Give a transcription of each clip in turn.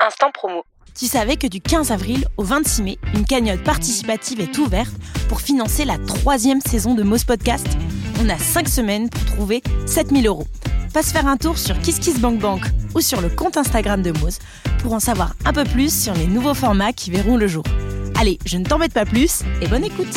instant promo. Tu savais que du 15 avril au 26 mai, une cagnotte participative est ouverte pour financer la 3e saison de Moz Podcast? On a 5 semaines pour trouver 7 000 €. Passe faire un tour sur KissKissBankBank ou sur le compte Instagram de Moz pour en savoir un peu plus sur les nouveaux formats qui verront le jour. Allez, je ne t'embête pas plus et bonne écoute.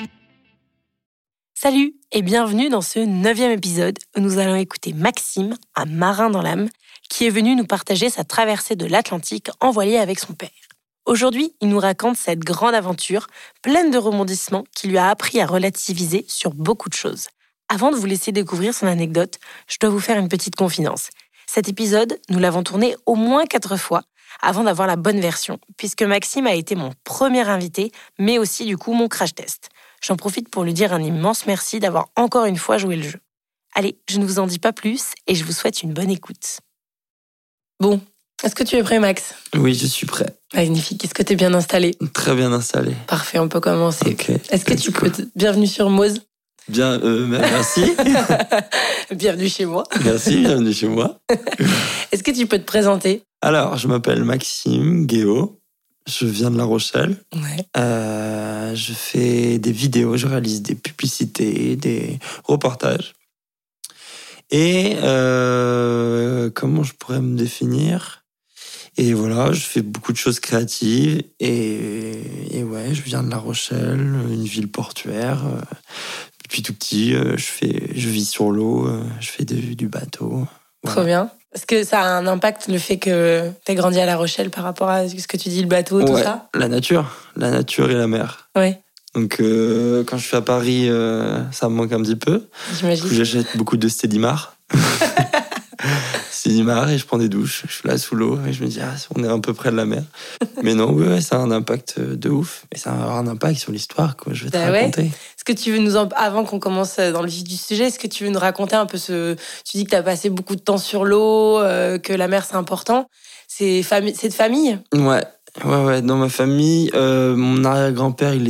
Salut et bienvenue dans ce 9e épisode où nous allons écouter Maxime, un marin dans l'âme, qui est venu nous partager sa traversée de l'Atlantique en voilier avec son père. Aujourd'hui, il nous raconte cette grande aventure pleine de rebondissements qui lui a appris à relativiser sur beaucoup de choses. Avant de vous laisser découvrir son anecdote, je dois vous faire une petite confidence. Cet épisode, nous l'avons tourné au moins 4 fois avant d'avoir la bonne version, puisque Maxime a été mon premier invité, mais aussi du coup mon crash test. J'en profite pour lui dire un immense merci d'avoir encore une fois joué le jeu. Allez, je ne vous en dis pas plus et je vous souhaite une bonne écoute. Bon, est-ce que tu es prêt, Max ? Oui, je suis prêt. Magnifique, est-ce que tu es bien installé ? Très bien installé. Parfait, on peut commencer. Okay. Est-ce que tu peux... Bienvenue sur Moz. Bien, merci. Bienvenue chez moi. Merci, bienvenue chez moi. Est-ce que tu peux te présenter ? Alors, je m'appelle Maxime Guéot. Je viens de La Rochelle. Ouais. Je fais des vidéos, je réalise des publicités, des reportages. Et comment je pourrais me définir ? Et voilà, je fais beaucoup de choses créatives. Et ouais, je viens de La Rochelle, une ville portuaire. Depuis tout petit, je vis sur l'eau, je fais du bateau. Voilà. Trop bien. Est-ce que ça a un impact, le fait que tu aies grandi à La Rochelle par rapport à ce que tu dis, le bateau, tout ça ? La nature et la mer. Ouais. Donc, quand je suis à Paris, ça me manque un petit peu. J'imagine. Du coup, j'achète beaucoup de Stédimar. Stédimar, et je prends des douches. Je suis là sous l'eau et je me dis, on est un peu près de la mer. Mais non, ouais, ça a un impact de ouf. Et ça va avoir un impact sur l'histoire que je vais te raconter. Ouais. Est-ce que tu veux avant qu'on commence dans le vif du sujet, est-ce que tu veux nous raconter un peu Tu dis que tu as passé beaucoup de temps sur l'eau, que la mer c'est important. C'est de famille ? Ouais. Dans ma famille, mon arrière-grand-père, il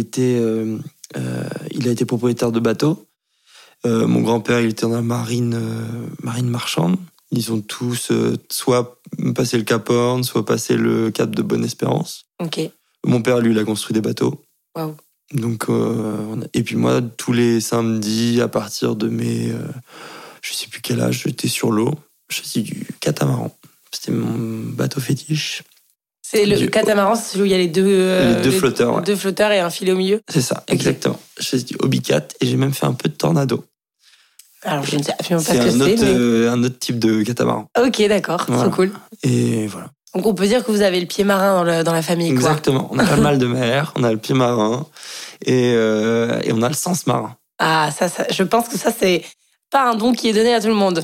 a été propriétaire de bateau. Mon grand-père, il était dans la marine marchande. Ils ont tous soit passé le Cap Horn, soit passé le Cap de Bonne-Espérance. Ok. Mon père, lui, il a construit des bateaux. Waouh. Donc, et puis moi, tous les samedis, à partir de mes, je sais plus quel âge, j'étais sur l'eau. Je faisais du catamaran. C'était mon bateau fétiche. C'est le catamaran, c'est celui où il y a les deux flotteurs. Ouais. 2 flotteurs et un filet au milieu. C'est ça, exactement. Je faisais du hobbycat et j'ai même fait un peu de tornado. Alors, je ne sais absolument pas c'est ce que c'est un autre type de catamaran. Ok, d'accord, voilà. Trop cool. Et voilà. Donc, on peut dire que vous avez le pied marin dans la famille, quoi. Exactement. On a pas mal de mer, on a le pied marin et on a le sens marin. Ah, ça, je pense que ça, c'est pas un don qui est donné à tout le monde.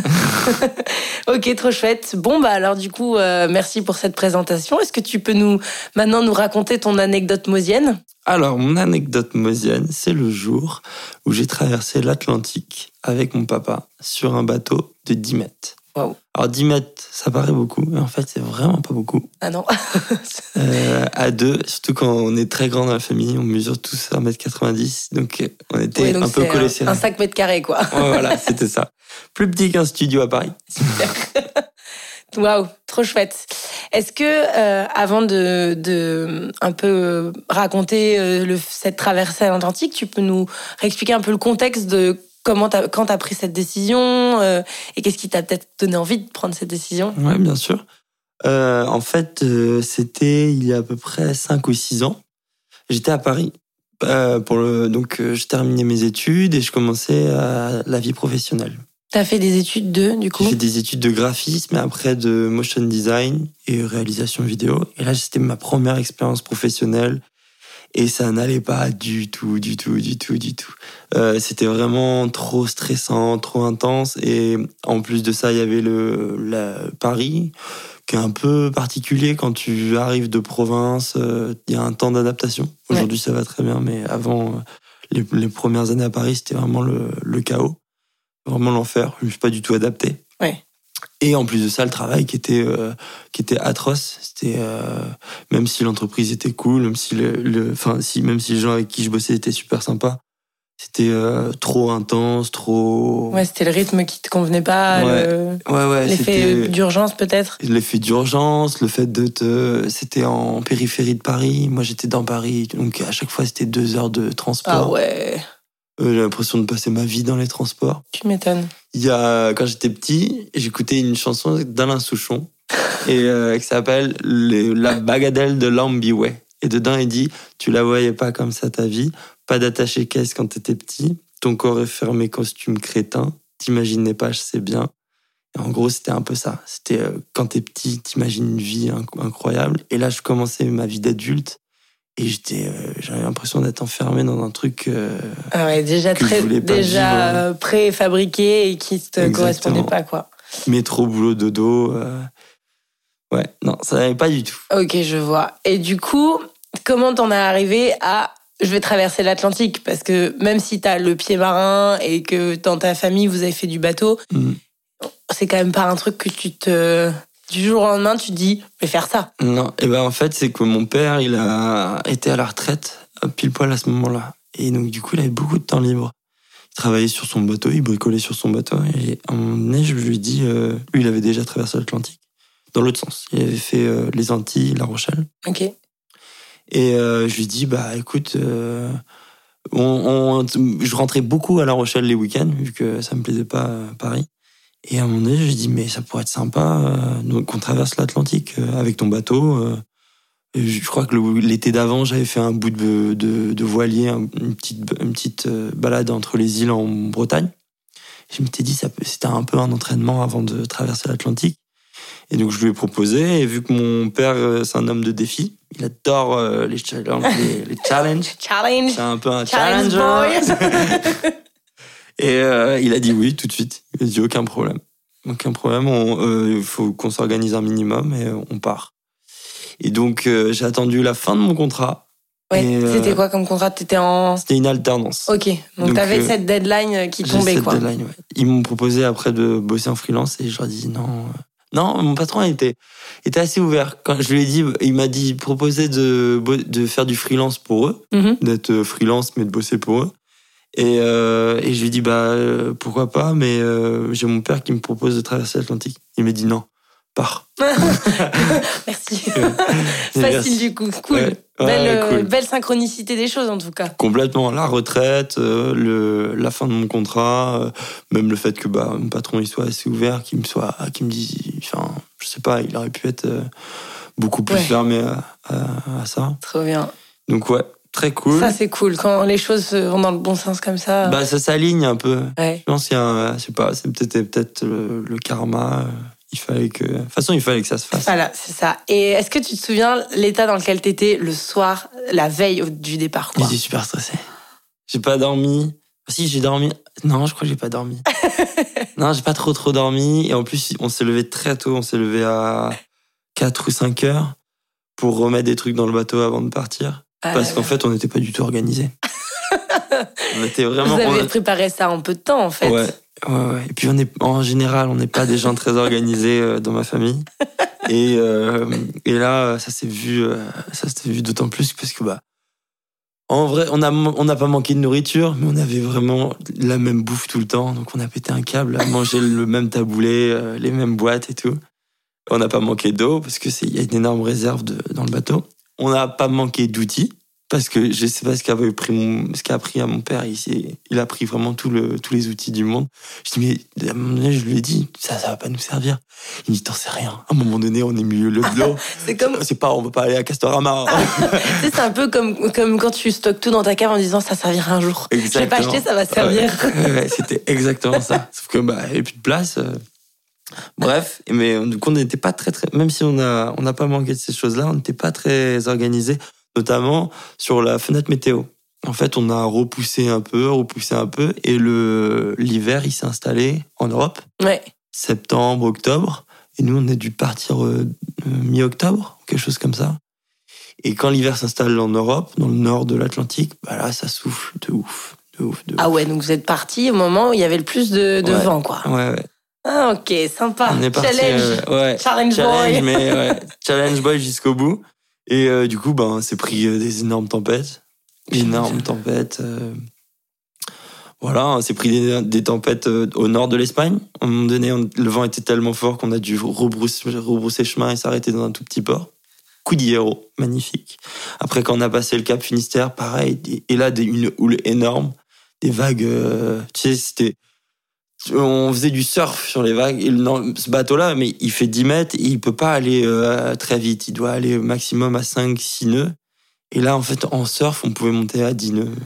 Ok, trop chouette. Bon, alors du coup, merci pour cette présentation. Est-ce que tu peux maintenant nous raconter ton anecdote mozienne ? Alors, mon anecdote mozienne, c'est le jour où j'ai traversé l'Atlantique avec mon papa sur un bateau de 10 mètres. Wow. Alors, 10 mètres, ça paraît beaucoup, mais en fait, c'est vraiment pas beaucoup. Ah non. À 2, surtout quand on est très grand dans la famille, on mesure tous 1m90, donc on était un peu collés serrés. Un 5 mètres carrés, quoi. Ouais, voilà, c'était ça. Plus petit qu'un studio à Paris. Super. Waouh, trop chouette. Est-ce que, avant de un peu raconter cette traversée à l'Atlantique, tu peux nous réexpliquer un peu le contexte de quand t'as pris cette décision et qu'est-ce qui t'a peut-être donné envie de prendre cette décision ? Ouais, bien sûr. En fait, c'était il y a à peu près 5 ou 6 ans. J'étais à Paris. Donc, je terminais mes études et je commençais la vie professionnelle. T'as fait des études du coup ? J'ai fait des études de graphisme et après de motion design et réalisation vidéo. Et là, c'était ma première expérience professionnelle et ça n'allait pas du tout. C'était vraiment trop stressant, trop intense. Et en plus de ça, il y avait Paris, qui est un peu particulier quand tu arrives de province. Il y a un temps d'adaptation. Aujourd'hui, ça va très bien, mais avant, les premières années à Paris, c'était vraiment le chaos. Vraiment l'enfer. Je ne me suis pas du tout adapté. Ouais. Et en plus de ça, le travail qui était atroce. C'était même si l'entreprise était cool, même si les gens avec qui je bossais étaient super sympas, C'était trop intense, trop... Ouais, c'était le rythme qui te convenait pas, l'effet d'urgence peut-être. L'effet d'urgence, le fait C'était en périphérie de Paris, moi j'étais dans Paris, donc à chaque fois c'était 2 heures de transport. Ah ouais. J'ai l'impression de passer ma vie dans les transports. Tu m'étonnes. Quand j'étais petit, j'écoutais une chanson d'Alain Souchon, qui s'appelle La bagadelle de l'Ambiway. Et dedans, il dit « Tu la voyais pas comme ça ta vie, pas d'attaché-caisse quand t'étais petit, ton corps est fermé costume crétin, t'imaginais pas, je sais bien. » Et en gros, c'était un peu ça. C'était quand t'es petit, t'imagines une vie incroyable. Et là, je commençais ma vie d'adulte et j'avais l'impression d'être enfermé dans un truc ah ouais, déjà préfabriqué et qui te correspondait pas, quoi. Métro, boulot, dodo. Ouais, non, ça n'allait pas du tout. Ok, je vois. Et du coup, comment t'en es arrivé à je vais traverser l'Atlantique? Parce que même si t'as le pied marin et que dans ta famille vous avez fait du bateau, c'est quand même pas un truc que du jour au lendemain tu te dis je vais faire ça. Non, et en fait c'est que mon père il a été à la retraite pile poil à ce moment-là. Et donc du coup il avait beaucoup de temps libre. Il travaillait sur son bateau, il bricolait sur son bateau. Et à un moment donné je lui ai dit, lui il avait déjà traversé l'Atlantique. Dans l'autre sens. Il avait fait les Antilles, La Rochelle. Ok. Et je lui dis, écoute, je rentrais beaucoup à La Rochelle les week-ends, vu que ça me plaisait pas Paris. Et à un moment donné, je lui dis, mais ça pourrait être sympa qu'on traverse l'Atlantique avec ton bateau. Je crois que l'été d'avant, j'avais fait un bout de voilier, une petite balade entre les îles en Bretagne. Je m'étais dit, c'était un peu un entraînement avant de traverser l'Atlantique. Et donc, je lui ai proposé. Et vu que mon père, c'est un homme de défi, il adore les challenges. Challenge. C'est un peu un challenger. Et il a dit oui tout de suite. Il a dit aucun problème. Aucun problème. Il faut qu'on s'organise un minimum et on part. Et donc, j'ai attendu la fin de mon contrat. Ouais, c'était quoi comme contrat? C'était une alternance. Ok, donc t'avais cette deadline qui tombait, quoi. Deadline, ouais. Ils m'ont proposé après de bosser en freelance et je leur ai dit non. Non, mon patron était assez ouvert. Quand je lui ai dit, il m'a dit proposer de faire du freelance pour eux, d'être freelance mais de bosser pour eux. Et je lui ai dit pourquoi pas, mais j'ai mon père qui me propose de traverser l'Atlantique. Il m'a dit non, pars. Merci. Facile du coup, cool. Cool. Belle synchronicité des choses en tout cas. Complètement. La retraite, la fin de mon contrat, même le fait que mon patron il soit assez ouvert, qu'il me dise, enfin, je sais pas, il aurait pu être beaucoup plus fermé à ça. Trop bien. Donc ouais, très cool. Ça c'est cool quand les choses vont dans le bon sens comme ça. Ça s'aligne un peu. Ouais. Je pense qu'il y a c'est peut-être le karma. Il fallait que ça se fasse. Voilà, c'est ça. Et est-ce que tu te souviens l'état dans lequel t'étais le soir, la veille du départ, quoi? J'étais super stressé. J'ai pas dormi. Si, j'ai dormi. Non, je crois que j'ai pas dormi. Non, j'ai pas trop dormi. Et en plus, on s'est levé très tôt. On s'est levé à 4 ou 5 heures pour remettre des trucs dans le bateau avant de partir. Parce qu'en fait, on n'était pas du tout organisés. On était vraiment... Vous avez préparé ça en peu de temps, en fait. Ouais. Et puis, en général, on n'est pas des gens très organisés dans ma famille. Et là, ça s'est vu d'autant plus parce que, en vrai, on n'a pas manqué de nourriture, mais on avait vraiment la même bouffe tout le temps. Donc, on a pété un câble à manger le même taboulé, les mêmes boîtes et tout. On n'a pas manqué d'eau parce qu'il y a une énorme réserve dans le bateau. On n'a pas manqué d'outils. Parce que je sais pas ce qu'a pris à mon père. Il a pris vraiment tous les outils du monde. Je dis, mais à un moment donné, je lui ai dit, ça va pas nous servir. Il me dit, t'en sais rien. À un moment donné, on est milieu de l'eau. On va pas aller à Castorama. C'est un peu comme quand tu stockes tout dans ta cave en disant, ça servira un jour. Exactement. Je vais pas acheter, ça va servir. Ouais, c'était exactement ça. Sauf que, il y avait plus de place. Bref, mais du coup, on n'était pas très, même si on n'a pas manqué de ces choses-là, on n'était pas très organisés. Notamment sur la fenêtre météo. En fait, on a repoussé un peu, et l'hiver, il s'est installé en Europe. Ouais. Septembre, octobre. Et nous, on a dû partir mi-octobre, quelque chose comme ça. Et quand l'hiver s'installe en Europe, dans le nord de l'Atlantique, là, ça souffle de ouf. Ah ouais, donc vous êtes partis au moment où il y avait le plus de vent, quoi. Ouais. Ah, ok, sympa. On est parti, Challenge boy. Mais challenge boy jusqu'au bout. Et du coup, c'est pris des énormes tempêtes. Voilà, on s'est pris des tempêtes au nord de l'Espagne. À un moment donné, le vent était tellement fort qu'on a dû rebrousser chemin et s'arrêter dans un tout petit port. Cudillero, magnifique. Après, quand on a passé le Cap Finistère, pareil. Et là, une houle énorme, des vagues. Tu sais, on faisait du surf sur les vagues. Et ce bateau-là, mais il fait 10 mètres et il peut pas aller très vite. Il doit aller au maximum à 5-6 nœuds. Et là, en fait, en surf, on pouvait monter à 10 nœuds.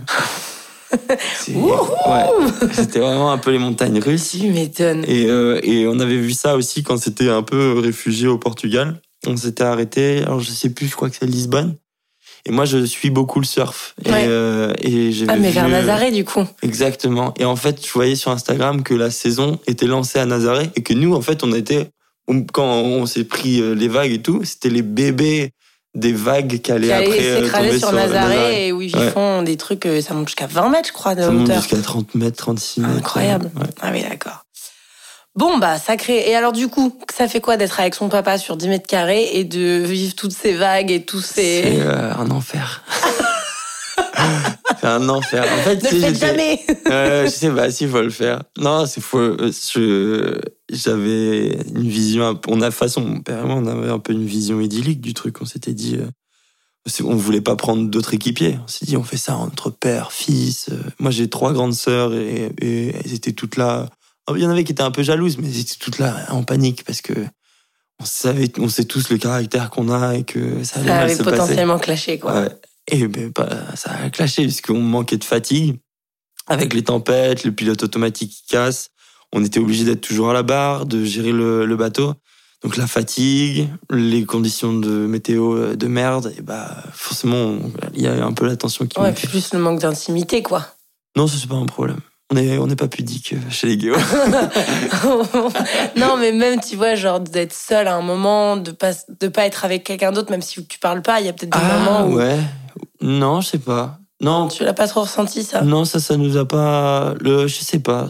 C'était vraiment un peu les montagnes russes. Tu m'étonnes. Et on avait vu ça aussi quand c'était un peu réfugié au Portugal. On s'était arrêté, alors je sais plus, je crois que c'est Lisbonne. Et moi, je suis beaucoup le surf. Ouais. Et j'avais mais vu, vers Nazaré, du coup. Exactement. Et en fait, je voyais sur Instagram que la saison était lancée à Nazaré et que nous, en fait, quand on s'est pris les vagues et tout, c'était les bébés des vagues qui allaient après s'écraser sur Nazaré et où ils font des trucs, ça monte jusqu'à 20 mètres, je crois, de hauteur. Ça monte jusqu'à 30 mètres, 36 mètres. Incroyable. Ouais. Ah oui, d'accord. Bon, sacré. Et alors, du coup, ça fait quoi d'être avec son papa sur 10 mètres carrés et de vivre toutes ces vagues et tous ces... C'est un enfer. C'est un enfer. En fait, ne le faites jamais. Je sais pas s'il faut le faire. Non, c'est faux. J'avais une vision... mon père et moi, on avait un peu une vision idyllique du truc. On s'était dit... on voulait pas prendre d'autres équipiers. On s'est dit, on fait ça entre père, fils. Moi, j'ai 3 grandes sœurs et elles étaient toutes là... Il y en avait qui étaient un peu jalouses, mais elles étaient toutes là en panique parce que on sait tous le caractère qu'on a et que ça allait mal se passer. Ça avait potentiellement clashé, quoi. Ouais. Et ça a clashé puisqu'on manquait de fatigue. Avec les tempêtes, le pilote automatique qui casse, on était obligé d'être toujours à la barre, de gérer le bateau. Donc la fatigue, les conditions de météo de merde, et forcément, il y a un peu la tension qui... Ouais, puis plus le manque d'intimité, quoi. Non, ça c'est pas un problème. On n'est pas pudique chez les Guéos. Non, mais même, tu vois, genre d'être seul à un moment, de pas être avec quelqu'un d'autre, même si tu parles pas, il y a peut-être des moments où... ouais. Non, je sais pas. Non. Tu l'as pas trop ressenti, ça? Non, ça nous a pas... Je sais pas.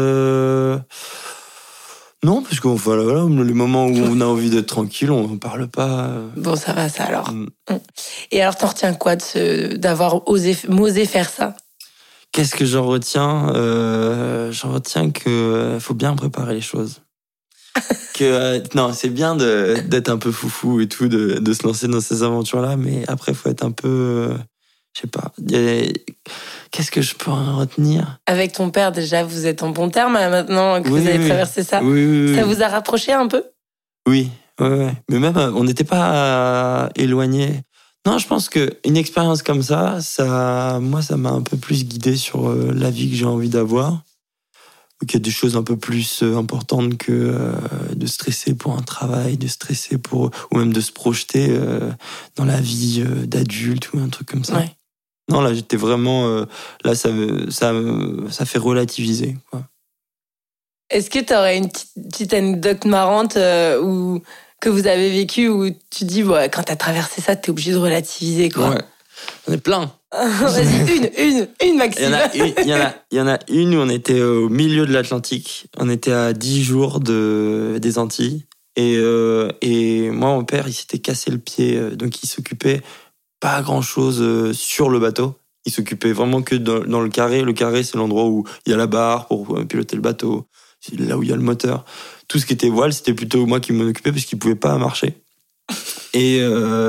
Non, parce que voilà, les moments où on a envie d'être tranquille, on parle pas. Bon, ça va, ça, alors. Et alors, t'en retiens quoi d'avoir osé faire ça? Qu'est-ce que j'en retiens? J'en retiens que faut bien préparer les choses. Non, c'est bien d'être un peu foufou et tout, de se lancer dans ces aventures-là, mais après, faut être un peu... je sais pas. Qu'est-ce que je peux en retenir? Avec ton père, déjà, vous êtes en bon terme maintenant que vous avez traversé ça? Oui. Ça vous a rapproché un peu? Oui, ouais. Mais même, on n'était pas éloignés. Non, je pense qu'une expérience comme ça m'a un peu plus guidé sur la vie que j'ai envie d'avoir. Il y a des choses un peu plus importantes que de stresser pour un travail, de stresser ou même de se projeter dans la vie d'adulte ou un truc comme ça. Ouais. Non, là, j'étais vraiment... là, ça fait relativiser, quoi. Est-ce que tu aurais une petite anecdote marrante que vous avez vécue où tu dis, quand t'as traversé ça, t'es obligé de relativiser, quoi? Ouais, j'en ai plein. Vas-y, une Maxime. Il y en a une où on était au milieu de l'Atlantique. On était à 10 jours des Antilles. Et moi, mon père, il s'était cassé le pied. Donc, il s'occupait pas grand-chose sur le bateau. Il s'occupait vraiment que dans le carré. Le carré, c'est l'endroit où il y a la barre pour piloter le bateau. C'est là où il y a le moteur. Tout ce qui était voile, c'était plutôt moi qui m'en occupais parce qu'il pouvait pas marcher. Et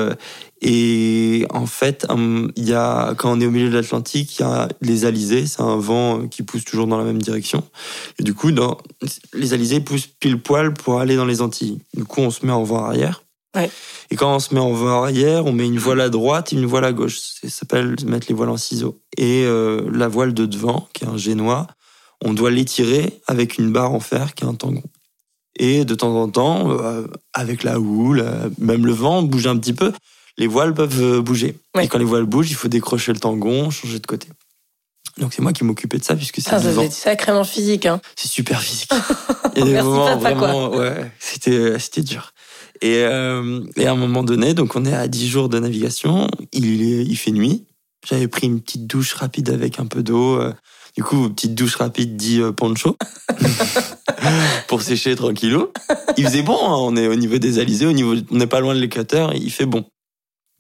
en fait, quand on est au milieu de l'Atlantique, il y a les alizés, c'est un vent qui pousse toujours dans la même direction. Et du coup, les alizés poussent pile poil pour aller dans les Antilles. Du coup, on se met en vent arrière. Ouais. Et quand on se met en vent arrière, on met une voile à droite et une voile à gauche. Ça s'appelle mettre les voiles en ciseaux. Et la voile de devant, qui est un génois, on doit l'étirer avec une barre en fer qui est un tangon. Et de temps en temps, avec la houle, même le vent bouge un petit peu, les voiles peuvent bouger. Ouais. Et quand les voiles bougent, il faut décrocher le tangon, changer de côté. Donc c'est moi qui m'occupais de ça, puisque c'est du vent. C'est sacrément physique, hein. C'est super physique. Il y a des moments vraiment... Ouais, c'était dur. Et à un moment donné, donc on est à 10 jours de navigation, il fait nuit. J'avais pris une petite douche rapide avec un peu d'eau. Du coup, petite douche rapide dit poncho. Pour sécher tranquillou. Il faisait bon, hein, on est au niveau des alizés, on n'est pas loin de l'équateur, il fait bon.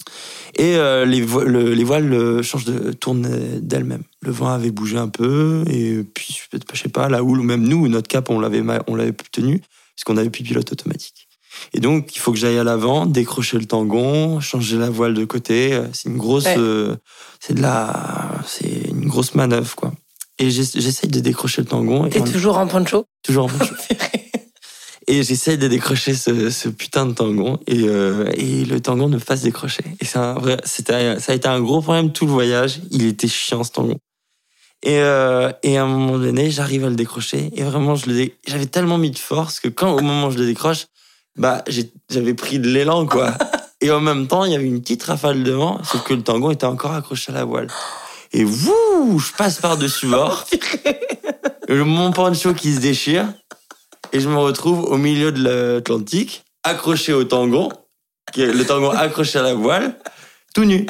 Et les voiles tournent d'elles-mêmes. Le vent avait bougé un peu, et puis, je sais pas, la houle, ou même nous, notre cap, on l'avait tenu, parce qu'on avait plus de pilote automatique. Et donc, il faut que j'aille à l'avant, décrocher le tangon, changer la voile de côté. C'est une grosse, c'est une grosse manœuvre, quoi. Et j'essaye de décrocher le tangon. T'es toujours en poncho? Toujours en poncho. Et j'essaye de décrocher ce putain de tangon, et le tangon ne pas se décrocher. Et ça a été un gros problème tout le voyage. Il était chiant, ce tangon. Et à un moment donné, j'arrive à le décrocher, et vraiment, j'avais tellement mis de force que au moment où je le décroche, j'avais pris de l'élan, quoi. Et en même temps, il y avait une petite rafale de vent, sauf que le tangon était encore accroché à la voile. Et je passe par-dessus bord. Mon poncho qui se déchire. Et je me retrouve au milieu de l'Atlantique, accroché au tangon, le tangon accroché à la voile, tout nu.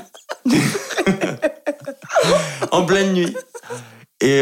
En pleine nuit. Et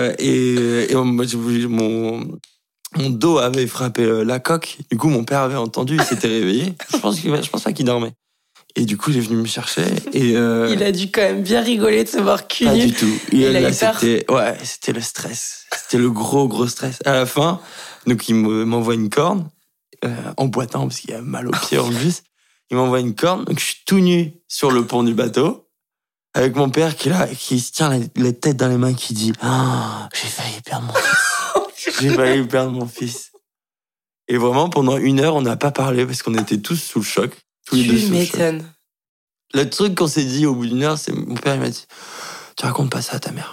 mon dos avait frappé la coque. Du coup, mon père avait entendu, il s'était réveillé. Je pense pas qu'il dormait. Et du coup, il est venu me chercher. Et il a dû quand même bien rigoler de se voir cul nu. Pas du tout. Il a eu peur. C'était le stress. C'était le gros stress. À la fin, donc il m'envoie une corne, en boitant, parce qu'il a mal aux pieds en plus. Il m'envoie une corne, donc je suis tout nu sur le pont du bateau, avec mon père qui est là, qui se tient la tête dans les mains, qui dit « j'ai failli perdre mon fils. J'ai failli perdre mon fils. » Et vraiment, pendant 1 heure, on n'a pas parlé, parce qu'on était tous sous le choc. Tous les deux sous le choc. Le truc qu'on s'est dit au bout d'1 heure, c'est mon père, il m'a dit « tu racontes pas ça à ta mère. »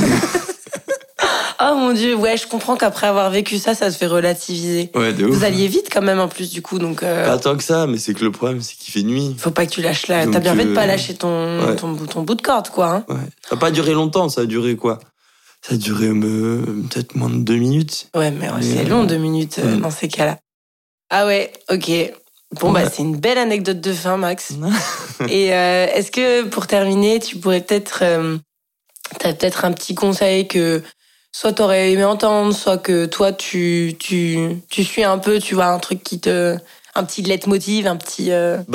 Oh mon Dieu, ouais, je comprends qu'après avoir vécu ça, ça se fait relativiser. Ouais, de ouf. Vous alliez vite quand même en plus, du coup, donc... Pas tant que ça, mais c'est que le problème, c'est qu'il fait nuit. Faut pas que tu lâches là. T'as bien fait de pas lâcher ton bout de corde, quoi. Hein. Ouais. Ça a pas duré longtemps, ça a duré quoi? Ça a duré peut-être moins de 2 minutes. Ouais, mais c'est long, 2 minutes, dans ces cas-là. Ah ouais, ok. Bon, c'est une belle anecdote de fin, Max. Et est-ce que, pour terminer, tu pourrais peut-être... t'as peut-être un petit conseil que... soit t'aurais aimé entendre, soit que toi, tu suis un peu, tu vois, un truc un petit leitmotiv, un petit...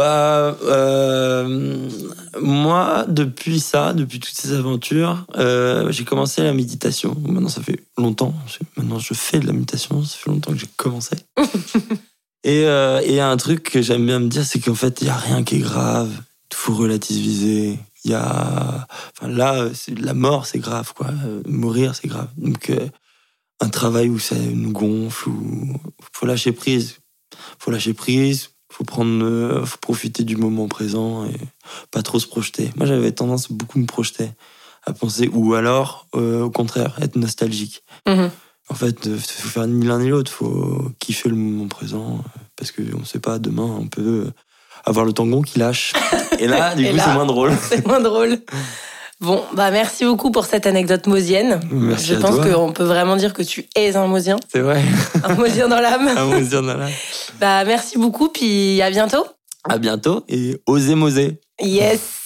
Moi, depuis toutes ces aventures, j'ai commencé la méditation. Maintenant, ça fait longtemps. Maintenant, je fais de la méditation. Ça fait longtemps que j'ai commencé. Et un truc que j'aime bien me dire, c'est qu'en fait, il n'y a rien qui est grave. Il faut relativiser. La mort, c'est grave, quoi. Mourir, c'est grave. Donc, un travail où ça nous gonfle, faut lâcher prise. Faut profiter du moment présent et pas trop se projeter. Moi, j'avais tendance à beaucoup me projeter, à penser, ou alors, au contraire, être nostalgique. Mm-hmm. En fait, il faut faire ni l'un ni l'autre. Faut kiffer le moment présent, parce qu'on ne sait pas, demain, on peut avoir le tangon qui lâche. Et là, du coup, c'est moins drôle. C'est moins drôle. Bon, merci beaucoup pour cette anecdote mausienne. Merci. Je pense qu'on peut vraiment dire que tu es un mausien. C'est vrai. Un mausien dans l'âme. Un mausien dans l'âme. Merci beaucoup, puis à bientôt. À bientôt, et osez moser. Yes.